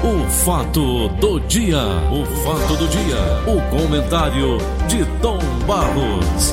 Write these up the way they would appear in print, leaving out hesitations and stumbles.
O fato do dia, o fato do dia, o comentário de Tom Barros.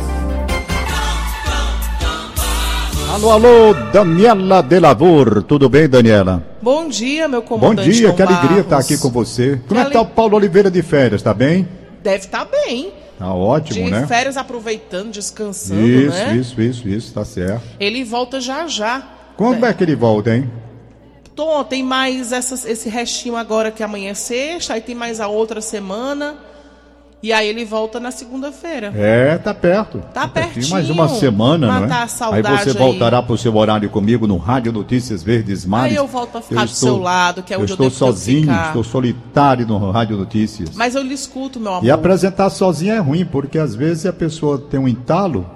Alô, Daniela de Lavor, tudo bem, Daniela? Bom dia, meu comandante. Bom dia, Tom que alegria Barros. estar aqui com você. Como é que tá o Paulo Oliveira de férias, tá bem? Deve estar bem. Tá ótimo, né? De férias, aproveitando, descansando, né? Isso, tá certo. Ele volta já. Quando é que ele volta, hein? Tom, tem mais esse restinho agora que amanhã é sexta, aí tem mais a outra semana, e aí ele volta na segunda-feira. Tá perto. Tá pertinho. Mais uma semana, não é? Matar a saudade aí você voltará pro seu horário comigo no Rádio Notícias Verdes Mares. Aí eu volto pra ficar do seu lado, que é onde eu devo estou sozinho, ficar. estou solitário no Rádio Notícias. Mas eu lhe escuto, meu amor. E apresentar sozinho é ruim, porque às vezes a pessoa tem um entalo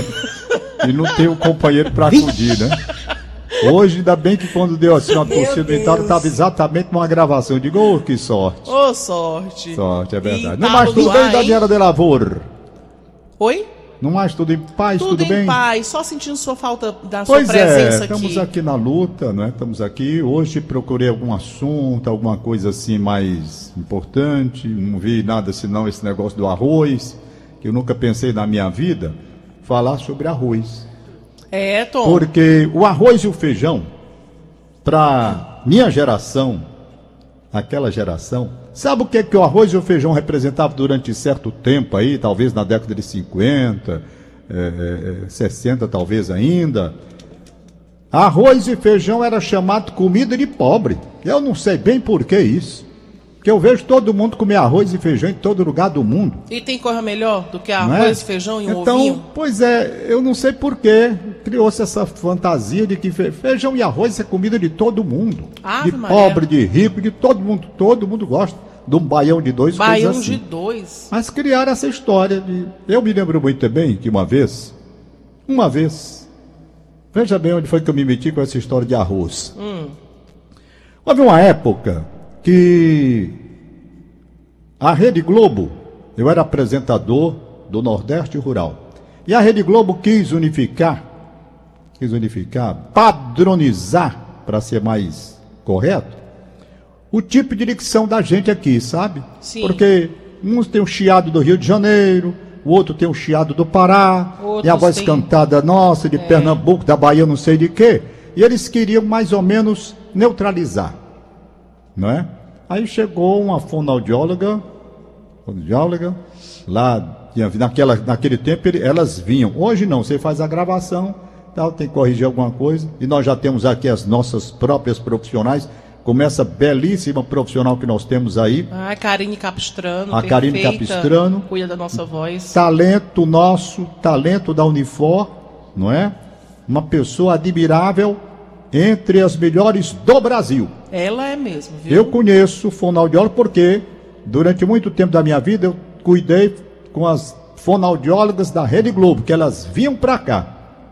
e não tem o companheiro para acudir, né? Hoje, ainda bem que quando deu assim uma torcida do entalo, estava exatamente numa gravação. Eu digo, oh, que sorte. Ô, sorte. Sorte, é verdade. E Não mais tudo bem, Daniela de Lavor? Oi? Não mais tudo em paz, tudo bem? Tudo em paz, só sentindo sua falta da sua presença aqui. Estamos aqui na luta, né? Estamos aqui. Hoje procurei algum assunto, alguma coisa assim mais importante. Não vi nada senão esse negócio do arroz, que eu nunca pensei na minha vida, falar sobre arroz. Tom. Porque o arroz e o feijão, para minha geração, aquela geração, sabe o que o arroz e o feijão representavam durante certo tempo aí, talvez na década de 50, 60 talvez ainda? Arroz e feijão era chamado comida de pobre. Eu não sei bem por que isso. Porque eu vejo todo mundo comer arroz e feijão em todo lugar do mundo. E tem coisa melhor do que arroz, feijão e um ovinho? Pois é, eu não sei por que criou-se essa fantasia de que feijão e arroz é comida de todo mundo. Ave de Maria. Pobre, de rico, de todo mundo gosta de um baião de dois. Baião assim. de dois. Mas criaram essa história de... Eu me lembro muito bem que uma vez, veja bem onde foi que eu me meti com essa história de arroz. Houve uma época que a Rede Globo, eu era apresentador do Nordeste Rural, e a Rede Globo quis unificar, padronizar, para ser mais correto, o tipo de dicção da gente aqui, sabe? Sim. Porque uns tem o chiado do Rio de Janeiro, o outro tem o chiado do Pará, e a voz cantada nossa, de Pernambuco, da Bahia, não sei de quê, e eles queriam mais ou menos neutralizar, não é? Aí chegou uma fonoaudióloga, lá, naquele tempo elas vinham. Hoje não, você faz a gravação, tal, tem que corrigir alguma coisa, e nós já temos aqui as nossas próprias profissionais, como essa belíssima profissional que nós temos aí. A Karine Capistrano, a Karine Capistrano, cuida da nossa voz. Talento nosso, talento da Unifor, não é? Uma pessoa admirável, entre as melhores do Brasil. Ela é mesmo, viu? Eu conheço fonoaudiólogo porque durante muito tempo da minha vida eu cuidei com as fonoaudiólogas da Rede Globo, que elas vinham para cá,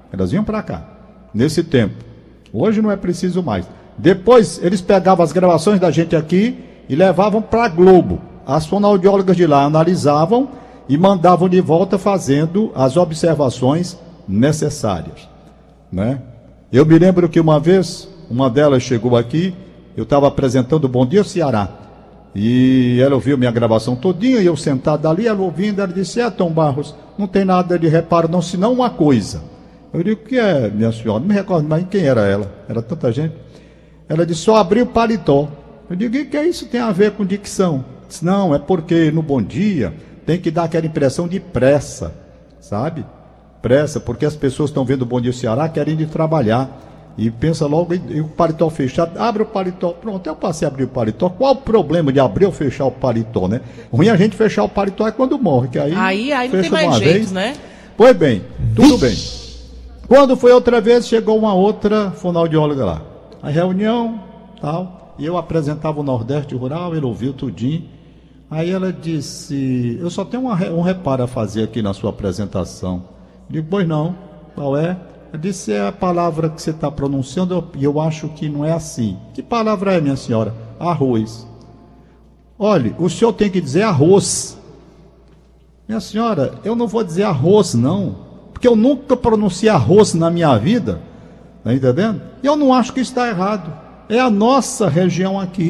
nesse tempo. Hoje não é preciso mais. Depois eles pegavam as gravações da gente aqui e levavam para a Globo. As fonoaudiólogas de lá analisavam e mandavam de volta fazendo as observações necessárias, né? Eu me lembro que uma vez, uma delas chegou aqui, eu estava apresentando Bom Dia Ceará, e ela ouviu minha gravação todinha, e eu sentado ali, ela ouvindo, ela disse, Tom Barros, não tem nada de reparo não, senão uma coisa. Eu digo, o que é, minha senhora? Não me recordo mais quem era ela, era tanta gente. Ela disse, só abri o paletó. Eu digo, o que é isso tem a ver com dicção? Disse, não, é porque no Bom Dia tem que dar aquela impressão de pressa, sabe? Pressa, porque as pessoas estão vendo o Bom Dia Ceará, querem ir trabalhar, e pensa logo, e o paletó fechado, abre o paletó, pronto, eu passei a abrir o paletó. Qual o problema de abrir ou fechar o paletó, né? Ruim a gente fechar o paletó é quando morre, que aí não tem mais jeito, né? Pois bem, tudo bem. Quando foi outra vez, chegou uma outra fonoaudióloga lá, a reunião, tal, e eu apresentava o Nordeste Rural, ele ouviu tudinho. Aí ela disse, eu só tenho um reparo a fazer aqui na sua apresentação. Digo, pois não, qual é? Eu disse, é a palavra que você está pronunciando e eu acho que não é assim. Que palavra é, minha senhora? Arroz. Olhe, o senhor tem que dizer arroz. Minha senhora, eu não vou dizer arroz não, porque eu nunca pronunciei arroz na minha vida, tá entendendo? E eu não acho que está errado. É a nossa região aqui,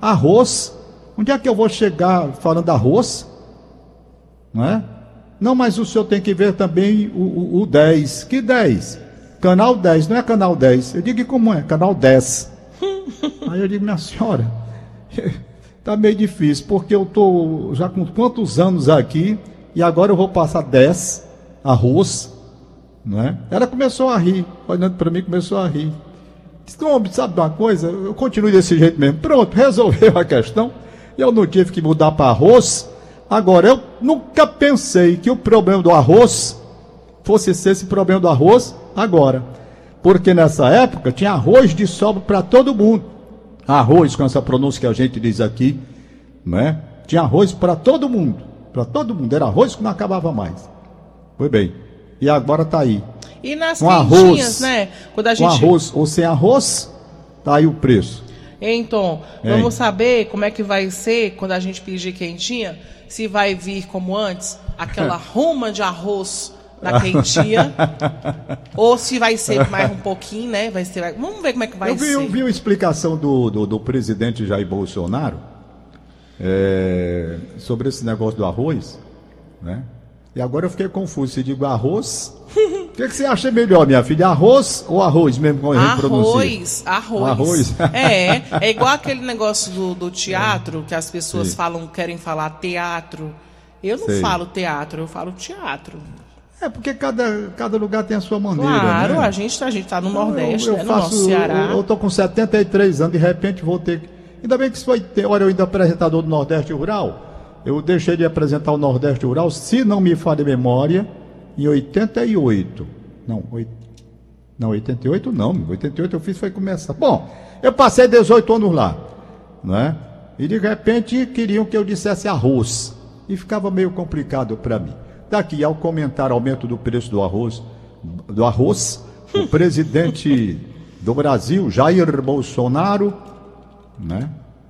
Arroz. Onde é que eu vou chegar falando arroz? Não é? Não, mas o senhor tem que ver também o 10. Que 10? Canal 10, não é canal 10. Eu digo, e como é? Canal 10. Aí eu digo, minha senhora, tá meio difícil, porque eu tô já com quantos anos aqui, e agora eu vou passar 10, arroz, não é? Ela começou a rir, olhando para mim, começou a rir. Disse, homem, sabe de uma coisa? Eu continuo desse jeito mesmo. Pronto, resolveu a questão. Eu não tive que mudar para arroz. Agora, eu nunca pensei que o problema do arroz fosse ser esse problema do arroz agora. Porque nessa época tinha arroz de sobra para todo mundo. Arroz, com essa pronúncia que a gente diz aqui, né? Tinha arroz para todo mundo. Para todo mundo. Era arroz que não acabava mais. Foi bem. E agora está aí. E nas com quentinhas, arroz, né? Quando a gente... Com arroz ou sem arroz, está aí o preço. Então, vamos saber como é que vai ser quando a gente pedir quentinha. Se vai vir como antes, aquela ruma de arroz na quentinha, ou se vai ser mais um pouquinho, né? Vamos ver como é que vai ser. Eu vi uma explicação do presidente Jair Bolsonaro sobre esse negócio do arroz, né? E agora eu fiquei confuso. Se digo arroz, o que você acha melhor, minha filha? Arroz ou arroz mesmo, como a gente pronuncia? Arroz. É igual aquele negócio do teatro, que as pessoas querem falar teatro. Eu não falo teatro, eu falo teatro. É porque cada lugar tem a sua maneira. Claro, né? a gente tá no Nordeste, no nosso Ceará. Eu tô com 73 anos, de repente vou ter que... Ainda bem que isso foi... Olha, eu ainda apresentador do Nordeste Rural. Eu deixei de apresentar o Nordeste Rural, se não me falha a memória, em 88. Não, 88 não. 88 eu fiz foi começar. Bom, eu passei 18 anos lá, né? E de repente queriam que eu dissesse arroz. E ficava meio complicado para mim. Daqui ao comentar aumento do preço do arroz, o presidente do Brasil, Jair Bolsonaro, né?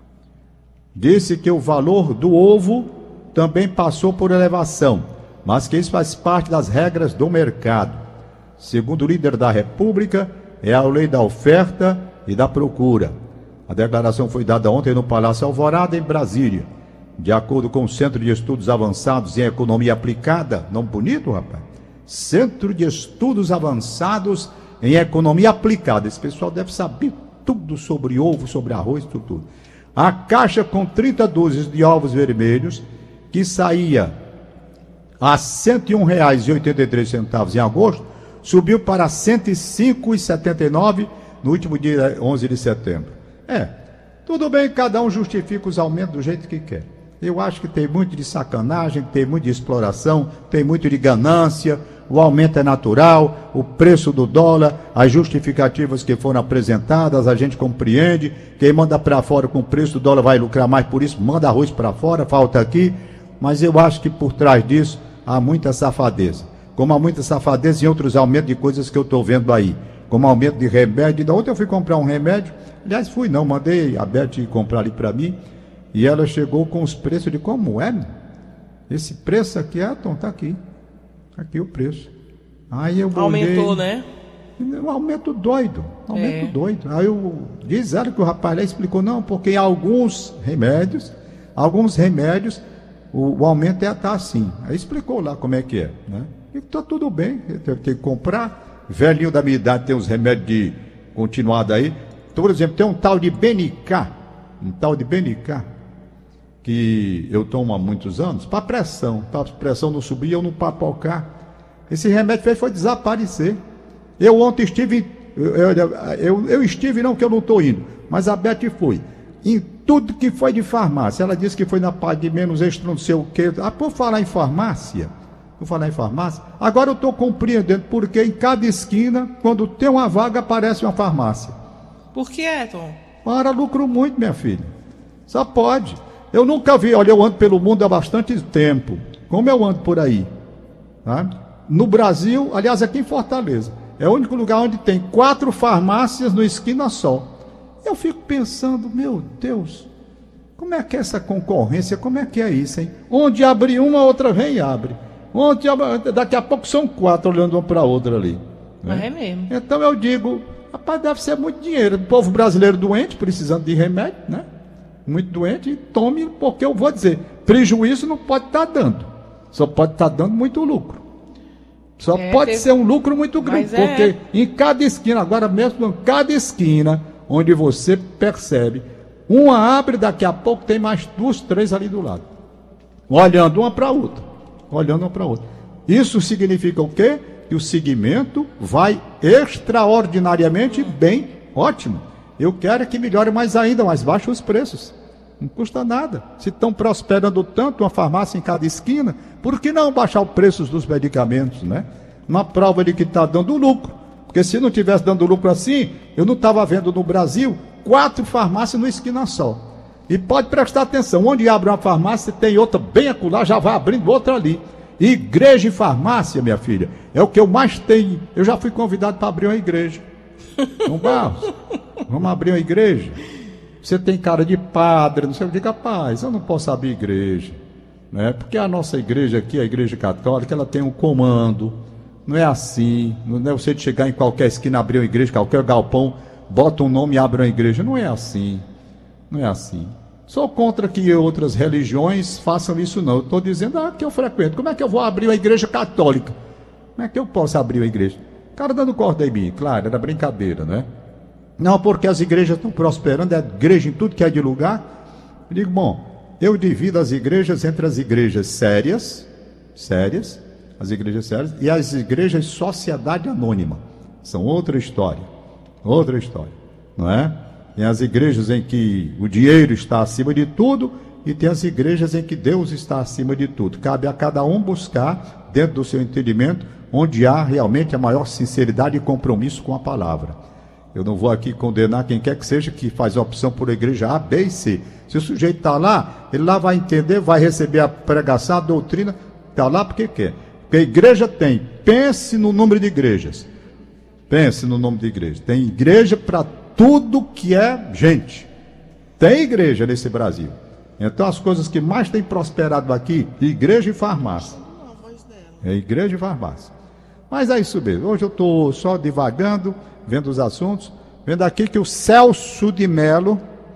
Disse que o valor do ovo também passou por elevação, mas que isso faz parte das regras do mercado. Segundo o líder da República, é a lei da oferta e da procura. A declaração foi dada ontem no Palácio Alvorada, em Brasília. De acordo com o Centro de Estudos Avançados em Economia Aplicada, nome bonito, rapaz? Centro de Estudos Avançados em Economia Aplicada. Esse pessoal deve saber tudo sobre ovo, sobre arroz, tudo. A caixa com 30 dúzias de ovos vermelhos, que saía a R$ 101,83 em agosto, subiu para R$ 105,79 no último dia 11 de setembro. Tudo bem, cada um justifica os aumentos do jeito que quer. Eu acho que tem muito de sacanagem, tem muito de exploração, tem muito de ganância. O aumento é natural, o preço do dólar, as justificativas que foram apresentadas, a gente compreende. Quem manda para fora com o preço do dólar vai lucrar mais, por isso manda arroz para fora, falta aqui. Mas eu acho que por trás disso há muita safadeza. Como há muita safadeza em outros aumentos de coisas que eu estou vendo aí. Como aumento de remédio. Ontem eu fui comprar um remédio. Aliás, mandei a Beth comprar ali para mim. E ela chegou com os preços de como é? Esse preço aqui, Tom, tá aqui. Aqui o preço. Aí eu aumentou, né? Um aumento doido. Doido. Aí diz ela que o rapaz lá explicou, não, porque em alguns remédios, o aumento tá assim. Aí explicou lá como é que é, né? E tá tudo bem, tem que comprar. Velhinho da minha idade tem uns remédios de continuado aí. Então, por exemplo, tem um tal de Benicá, que eu tomo há muitos anos, para pressão não subir, eu não papocar. Esse remédio foi desaparecer. Eu ontem estive, eu estive, não que eu não estou indo, mas a Beth foi. Em tudo que foi de farmácia, ela disse que foi na parte de menos extra, não sei o quê. Por falar em farmácia, agora eu estou compreendendo porque em cada esquina, quando tem uma vaga, aparece uma farmácia. Por que, Tom? Para, lucro muito, minha filha. Só pode. Eu nunca vi, olha, eu ando pelo mundo há bastante tempo. Como eu ando por aí? Tá? No Brasil, aliás, aqui em Fortaleza, é o único lugar onde tem 4 farmácias numa esquina só. Eu fico pensando, meu Deus, como é que é essa concorrência? Como é que é isso, hein? Onde abre uma, outra vem e abre. Daqui a pouco são 4 olhando uma para a outra ali. Né? É mesmo. Então eu digo, rapaz, deve ser muito dinheiro. O povo brasileiro doente, precisando de remédio, né? muito doente, e tome, porque eu vou dizer, prejuízo não pode estar dando, só pode estar dando muito lucro. Só pode ser um lucro muito grande, porque em cada esquina, agora mesmo em cada esquina, onde você percebe, uma abre, daqui a pouco tem mais 2, 3 ali do lado, olhando uma para a outra, Isso significa o quê? Que o segmento vai extraordinariamente bem, ótimo. Eu quero que melhore mais ainda, mas baixe os preços. Não custa nada. Se estão prosperando tanto, uma farmácia em cada esquina, por que não baixar os preços dos medicamentos, né? Uma prova de que está dando lucro. Porque se não tivesse dando lucro assim, eu não estava vendo no Brasil 4 farmácias numa esquina só. E pode prestar atenção, onde abre uma farmácia, tem outra bem acolá, já vai abrindo outra ali. Igreja e farmácia, minha filha, é o que eu mais tenho. Eu já fui convidado para abrir uma igreja. Vamos abrir uma igreja? Você tem cara de padre, não sei o que, rapaz, eu não posso abrir igreja, né? Porque a nossa igreja aqui, a igreja católica, ela tem um comando, não é assim, não é você de chegar em qualquer esquina, abrir uma igreja, qualquer galpão, bota um nome e abre uma igreja, não é assim, Sou contra que outras religiões façam isso não, eu estou dizendo que eu frequento, como é que eu vou abrir uma igreja católica? Como é que eu posso abrir uma igreja? O cara dando corda em mim, claro, era brincadeira, né? Não, porque as igrejas estão prosperando, é igreja em tudo que é de lugar. Eu digo, bom, eu divido as igrejas entre as igrejas sérias, as igrejas sérias, e as igrejas sociedade anônima. São outra história, não é? Tem as igrejas em que o dinheiro está acima de tudo, e tem as igrejas em que Deus está acima de tudo. Cabe a cada um buscar, dentro do seu entendimento, onde há realmente a maior sinceridade e compromisso com a palavra. Eu não vou aqui condenar quem quer que seja que faz a opção por igreja A, B e C. Se o sujeito está lá, ele lá vai entender, vai receber a pregação, a doutrina, está lá porque quer. Porque a igreja tem, pense no número de igrejas. Tem igreja para tudo que é gente. Tem igreja nesse Brasil. Então as coisas que mais têm prosperado aqui, igreja e farmácia. É igreja e farmácia. Mas é isso mesmo. Hoje eu estou só divagando, vendo os assuntos, vendo aqui que o Celso de Mello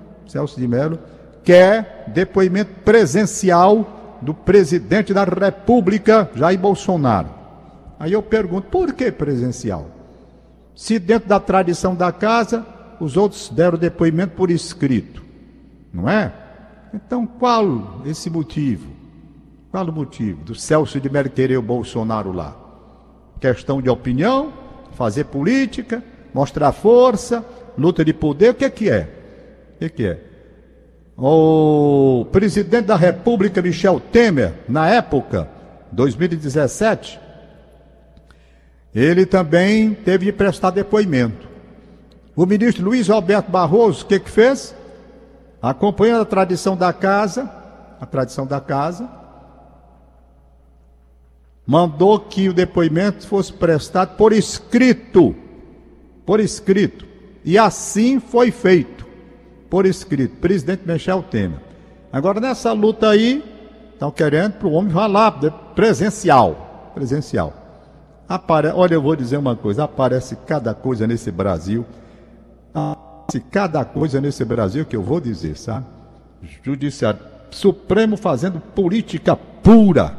quer depoimento presencial do presidente da República, Jair Bolsonaro. Aí eu pergunto, por que presencial? Se dentro da tradição da casa, os outros deram depoimento por escrito, não é? Então qual esse motivo? Qual o motivo do Celso de Mello querer o Bolsonaro lá? Questão de opinião, fazer política, mostrar força, luta de poder, o que é? O presidente da República, Michel Temer, na época, 2017, ele também teve de prestar depoimento. O ministro Luiz Roberto Barroso, o que fez? Acompanhando a tradição da casa, mandou que o depoimento fosse prestado por escrito, e assim foi feito, por escrito, presidente Michel Temer. Agora nessa luta aí, estão querendo para o homem vá lá, presencial. Olha, eu vou dizer uma coisa, aparece cada coisa nesse Brasil, que eu vou dizer, sabe? Judiciário Supremo fazendo política pura,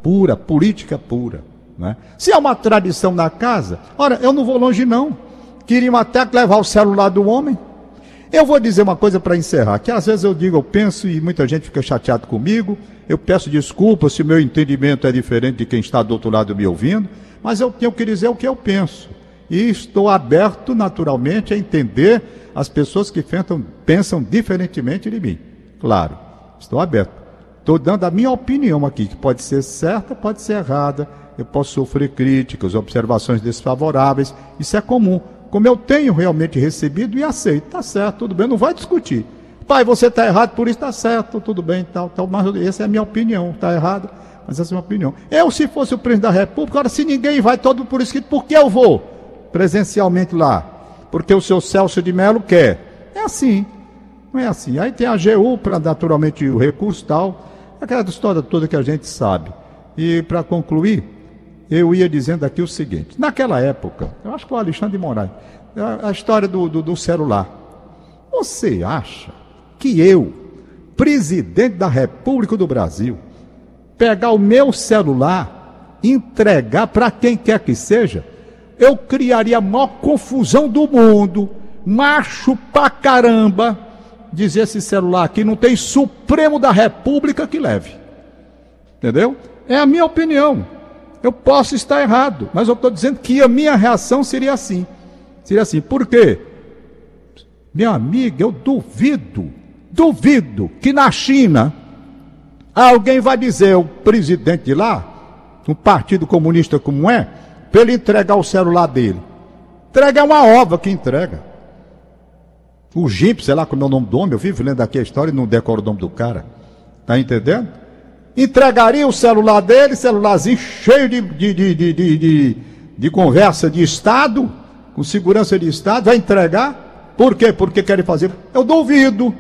né? Se é uma tradição na casa, ora, eu não vou longe não, queriam até levar o celular do homem. Eu vou dizer uma coisa para encerrar, que às vezes eu penso e muita gente fica chateado comigo, eu peço desculpas se o meu entendimento é diferente de quem está do outro lado me ouvindo, mas eu tenho que dizer o que eu penso, e estou aberto naturalmente a entender as pessoas que pensam diferentemente de mim, claro, estou aberto. Estou dando a minha opinião aqui, que pode ser certa, pode ser errada, eu posso sofrer críticas, observações desfavoráveis, isso é comum, como eu tenho realmente recebido e aceito, está certo, tudo bem, não vai discutir. Pai, você está errado, por isso está certo, tudo bem, tal, mas essa é a minha opinião, está errado, mas essa é a minha opinião. Eu, se fosse o presidente da República, agora se ninguém vai todo por escrito, por que eu vou presencialmente lá? Porque o seu Celso de Mello quer. É assim, não é assim. Aí tem a AGU, para naturalmente o recurso tal, aquela história toda que a gente sabe. E para concluir, eu ia dizendo aqui o seguinte, naquela época, eu acho que o Alexandre de Moraes, a história do celular, você acha que eu, presidente da República do Brasil pegar o meu celular, entregar para quem quer que seja, eu criaria a maior confusão do mundo, macho pra caramba, dizer esse celular aqui não tem Supremo da República que leve. Entendeu? É a minha opinião. Eu posso estar errado, mas eu estou dizendo que a minha reação seria assim. Seria assim, por quê? Minha amiga, eu duvido que na China alguém vai dizer, o presidente de lá, um partido comunista como é, para ele entregar o celular dele. Entrega é uma ova que entrega. O Gimp, sei lá como é o nome do homem, eu vivo lendo aqui a história e não decoro o nome do cara. Tá entendendo? Entregaria o celular dele, celularzinho cheio de conversa de Estado, com segurança de Estado, vai entregar. Por quê? Porque querem fazer. Eu duvido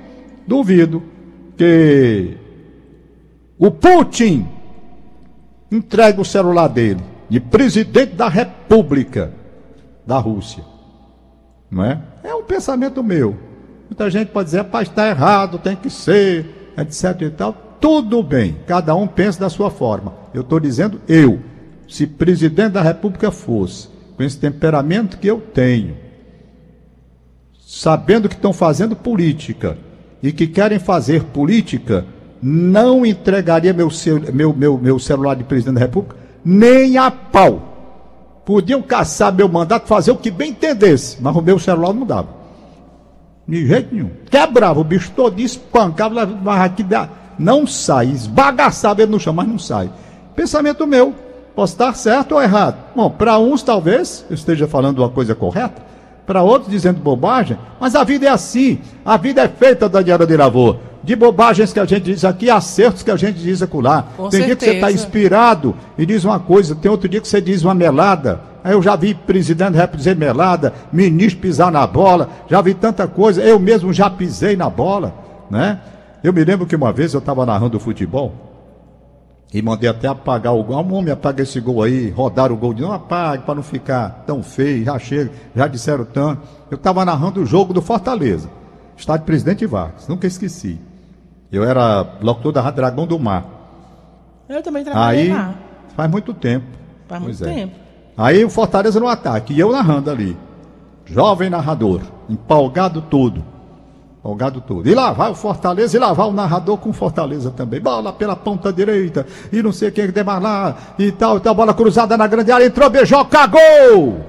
que o Putin entregue o celular dele, de presidente da República da Rússia. Não é? É um pensamento meu. Muita gente pode dizer, rapaz, está errado, tem que ser, etc e tal. Tudo bem, cada um pensa da sua forma. Eu estou dizendo, se presidente da República fosse, com esse temperamento que eu tenho, sabendo que estão fazendo política e que querem fazer política, não entregaria meu celular de presidente da República nem a pau. Podiam caçar meu mandato, fazer o que bem entendesse, mas o meu celular não dava. De jeito nenhum. Quebrava o bicho todo, espancava, mas aqui não sai, esbagaçava ele no chão, mas não sai. Pensamento meu, posso estar certo ou errado. Bom, para uns talvez eu esteja falando uma coisa correta, para outros dizendo bobagem, mas a vida é assim, a vida é feita, Daniela de Lavô, de bobagens que a gente diz aqui, acertos que a gente diz acolá. Tem dia que você está inspirado e diz uma coisa, tem outro dia que você diz uma melada. Aí eu já vi presidente da República dizer melada, ministro pisar na bola, já vi tanta coisa, eu mesmo já pisei na bola, né? Eu me lembro que uma vez eu estava narrando futebol e mandei até apagar o gol. Homem, apaga esse gol aí, rodar o gol. Não apague para não ficar tão feio, já chega, já disseram tanto. Eu estava narrando o jogo do Fortaleza, estádio Presidente Vargas, nunca esqueci. Eu era locutor da Rádio Dragão do Mar. Eu também trabalhei lá. Faz muito tempo. Faz muito tempo. Aí o Fortaleza no ataque, e eu narrando ali. Jovem narrador, empolgado todo. E lá vai o Fortaleza, e lá vai o narrador com Fortaleza também. Bola pela ponta direita, e não sei quem que tem mais lá, e tal, bola cruzada na grande área, entrou, beijou, cagou!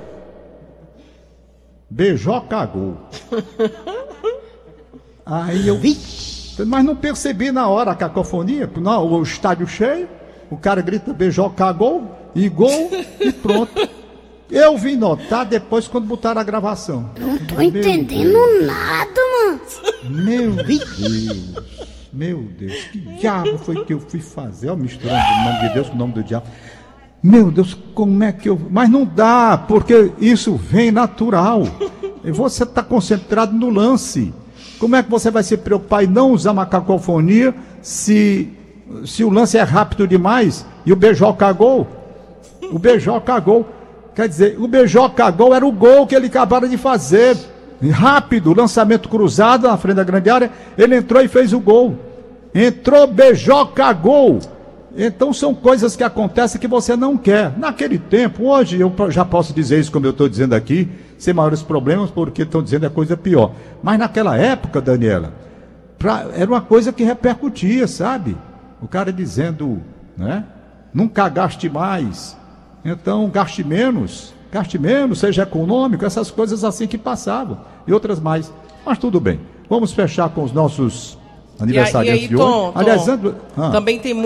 Beijou, cagou. Aí eu vi, mas não percebi na hora a cacofonia, não, o estádio cheio, o cara grita, beijou, cagou, e gol, e pronto. Eu vim notar depois quando botaram a gravação. Não tô entendendo nada, mano. Meu Deus, que diabo foi que eu fui fazer? Ó, misturando o nome de Deus com o nome do diabo. Meu Deus, como é que eu... Mas não dá, porque isso vem natural. E você está concentrado no lance. Como é que você vai se preocupar em não usar uma cacofonia se o lance é rápido demais e o Beijó cagou? O Beijó cagou. Quer dizer, o Beijó cagou era o gol que ele acabara de fazer. Rápido, lançamento cruzado na frente da grande área, ele entrou e fez o gol. Entrou, beijou, cagou. Então são coisas que acontecem que você não quer. Naquele tempo, hoje eu já posso dizer isso como eu estou dizendo aqui, sem maiores problemas, porque estão dizendo é coisa pior. Mas naquela época, Daniela, era uma coisa que repercutia, sabe? O cara dizendo, né? Não cagaste mais, então gaste menos, seja econômico, essas coisas assim que passavam, e outras mais. Mas tudo bem, vamos fechar com os nossos aniversariantes de hoje. Aliás, também tem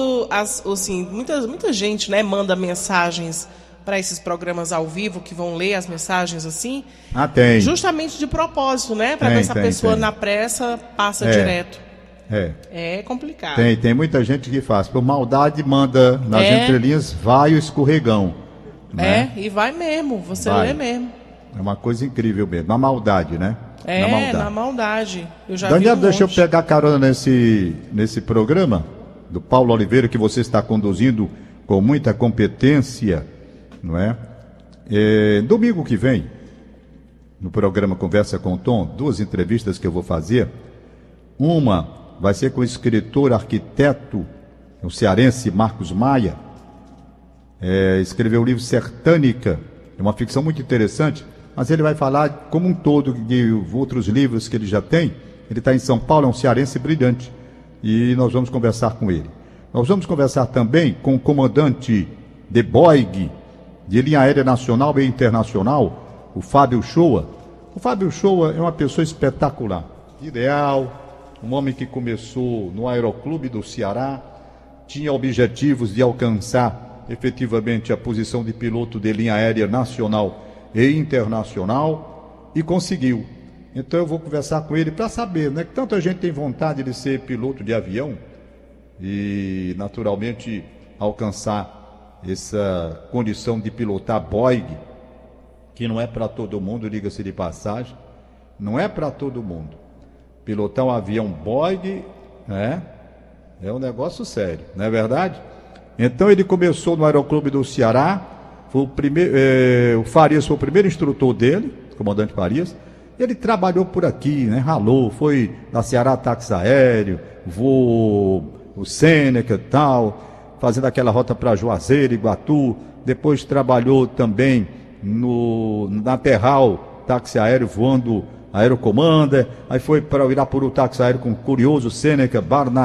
muita gente, né, manda mensagens para esses programas ao vivo, que vão ler as mensagens assim. Tem. Justamente de propósito, né, para ver se a pessoa na pressa passa direto. É complicado. Tem muita gente que faz. Por maldade, manda nas entrelinhas, vai o escorregão. Né? E vai mesmo, você lê mesmo. É uma coisa incrível mesmo, na maldade, né? Na maldade. Eu já Daniel, vi deixa eu pegar carona nesse programa do Paulo Oliveira, que você está conduzindo com muita competência, não é? Domingo que vem, no programa Conversa com o Tom, 2 entrevistas que eu vou fazer. Uma vai ser com o escritor, arquiteto, o cearense Marcos Maia. Escreveu o livro Sertânica, é uma ficção muito interessante, mas ele vai falar como um todo de outros livros que ele já tem. Ele está em São Paulo, é um cearense brilhante, e nós vamos conversar com ele. Nós vamos conversar também com o comandante de BOIG, de linha aérea nacional e internacional, o Fábio Shoa. O Fábio Shoa é uma pessoa espetacular, ideal, um homem que começou no Aeroclube do Ceará, tinha objetivos de alcançar efetivamente a posição de piloto de linha aérea nacional e internacional, e conseguiu. Então eu vou conversar com ele para saber, né, que tanta gente tem vontade de ser piloto de avião e naturalmente alcançar essa condição de pilotar BOIG, que não é para todo mundo, diga-se de passagem, não é para todo mundo. Pilotar um avião BOIG, né, é um negócio sério, não é verdade? Então ele começou no Aeroclube do Ceará, foi o Farias foi o primeiro instrutor dele, o comandante Farias. Ele trabalhou por aqui, né, ralou, foi da Ceará Táxi Aéreo, voou o Sêneca e tal, fazendo aquela rota para Juazeiro, Iguatu. Depois trabalhou também na Terral Táxi Aéreo, voando Aerocomanda. Aí foi para o Irapuru Táxi Aéreo com o Curioso, Sêneca,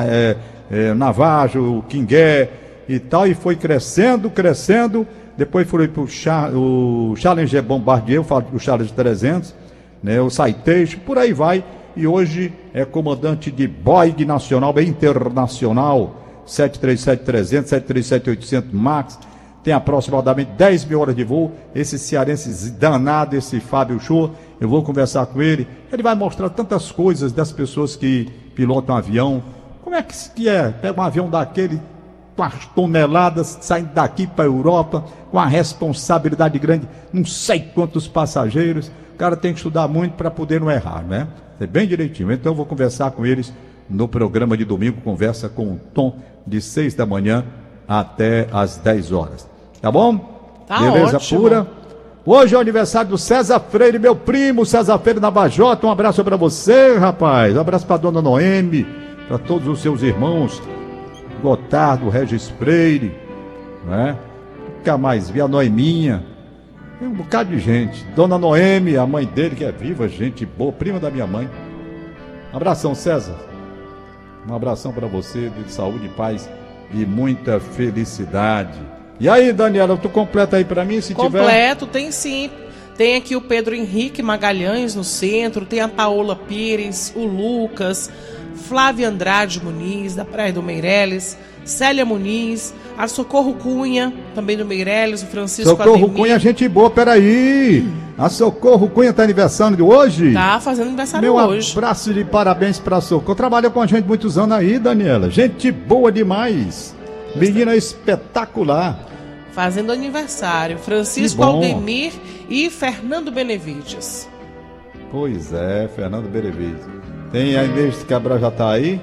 Navajo, Quingué e tal, e foi crescendo. Depois foi para o Challenger Bombardier, o Challenger 300, né, o Citation, por aí vai. E hoje é comandante de BOIG nacional e internacional, 737-300, 737-800 MAX, tem aproximadamente 10 mil horas de voo. Esse cearense danado, esse Fábio Shoa, eu vou conversar com ele. Ele vai mostrar tantas coisas das pessoas que pilotam avião. Como é que é? Pega um avião daquele com as toneladas, saindo daqui para a Europa, com a responsabilidade grande, não sei quantos passageiros. O cara tem que estudar muito para poder não errar, né? É bem direitinho. Então eu vou conversar com eles no programa de domingo, conversa com o Tom, de 6 da manhã até às 10 horas. Tá bom? Tá. Beleza Ótimo. Pura? Hoje é o aniversário do César Freire, meu primo, César Freire na Vajota. Um abraço para você, rapaz. Um abraço para dona Noemi, para todos os seus irmãos, Gotardo, Regis Freire, né? Nunca mais vi a Noeminha. Tem um bocado de gente. Dona Noemi, a mãe dele, que é viva, gente boa, prima da minha mãe. Um abração, César. Um abração para você, de saúde, paz e muita felicidade. E aí, Daniela, tu completa aí para mim, se tiver? Completo, tem sim. Tem aqui o Pedro Henrique Magalhães no centro, tem a Paola Pires, o Lucas, Flávia Andrade Muniz, da Praia do Meireles, Célia Muniz, a Socorro Cunha, também do Meireles, o Francisco Socorro Ademir. Cunha, gente boa, peraí. A Socorro Cunha tá aniversário de hoje? Tá fazendo aniversário Meu hoje. abraço de parabéns pra Socorro. Trabalhou com a gente muitos anos aí, Daniela. Gente boa demais. Menina espetacular. Fazendo aniversário, Francisco Que bom. Aldemir e Fernando Benevides. Pois é, Fernando Benevides. Tem a Inês Cabral, já tá aí?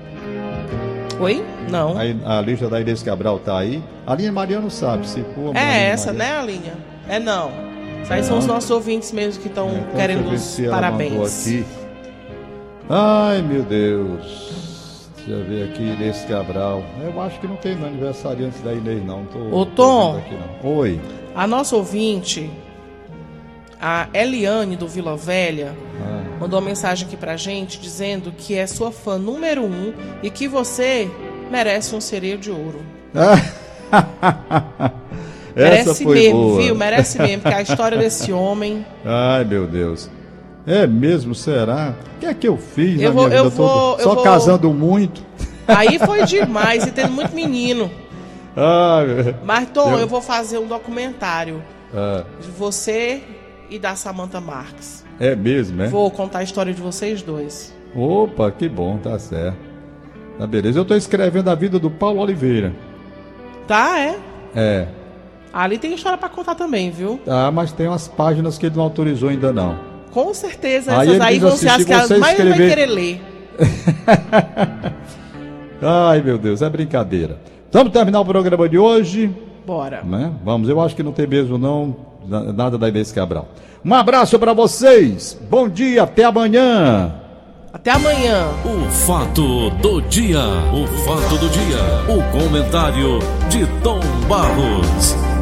Oi? Não. A lista da Inês Cabral tá aí. A Linha Mariano sabe, se for. É essa, né, Alinha? É não. Isso aí são os nossos ouvintes mesmo que estão Então, querendo deixa eu ver os se ela parabéns. mandou aqui. Ai, meu Deus. Deixa eu ver aqui, Inês Cabral. Eu acho que não tem aniversário antes da Inês, não. Ô, Tom. Aqui, não. Oi. A nossa ouvinte, a Eliane do Vila Velha, mandou uma mensagem aqui pra gente dizendo que é sua fã número 1 e que você merece um sereio de ouro. Merece foi mesmo, boa. viu? Merece mesmo, porque a história desse homem... Ai, meu Deus. É mesmo, será? O que é que eu fiz Eu na vou- minha vida eu vou- toda? eu Só vou- casando muito. Aí foi demais e tendo muito menino. Ai, Mas, Tom, Eu- eu vou fazer um documentário ah, de você e da Samantha Marques. é mesmo, é? Vou contar a história de vocês dois. Opa, que bom, tá certo. Tá beleza. Eu tô escrevendo a vida do Paulo Oliveira. Tá, é? É. Ali tem história pra contar também, viu? Tá, mas tem umas páginas que ele não autorizou ainda não. Com certeza, Aí essas ele aí diz vão assim, ser as se que a você maioria vai escrever- querer ler. Ai, meu Deus, é brincadeira. Vamos terminar o programa de hoje, Bora. né? Vamos, eu acho que não tem mesmo não, nada da Inês Cabral. Um abraço pra vocês. Bom dia, até amanhã. Até amanhã. O fato do dia. O fato do dia. O comentário de Tom Barros.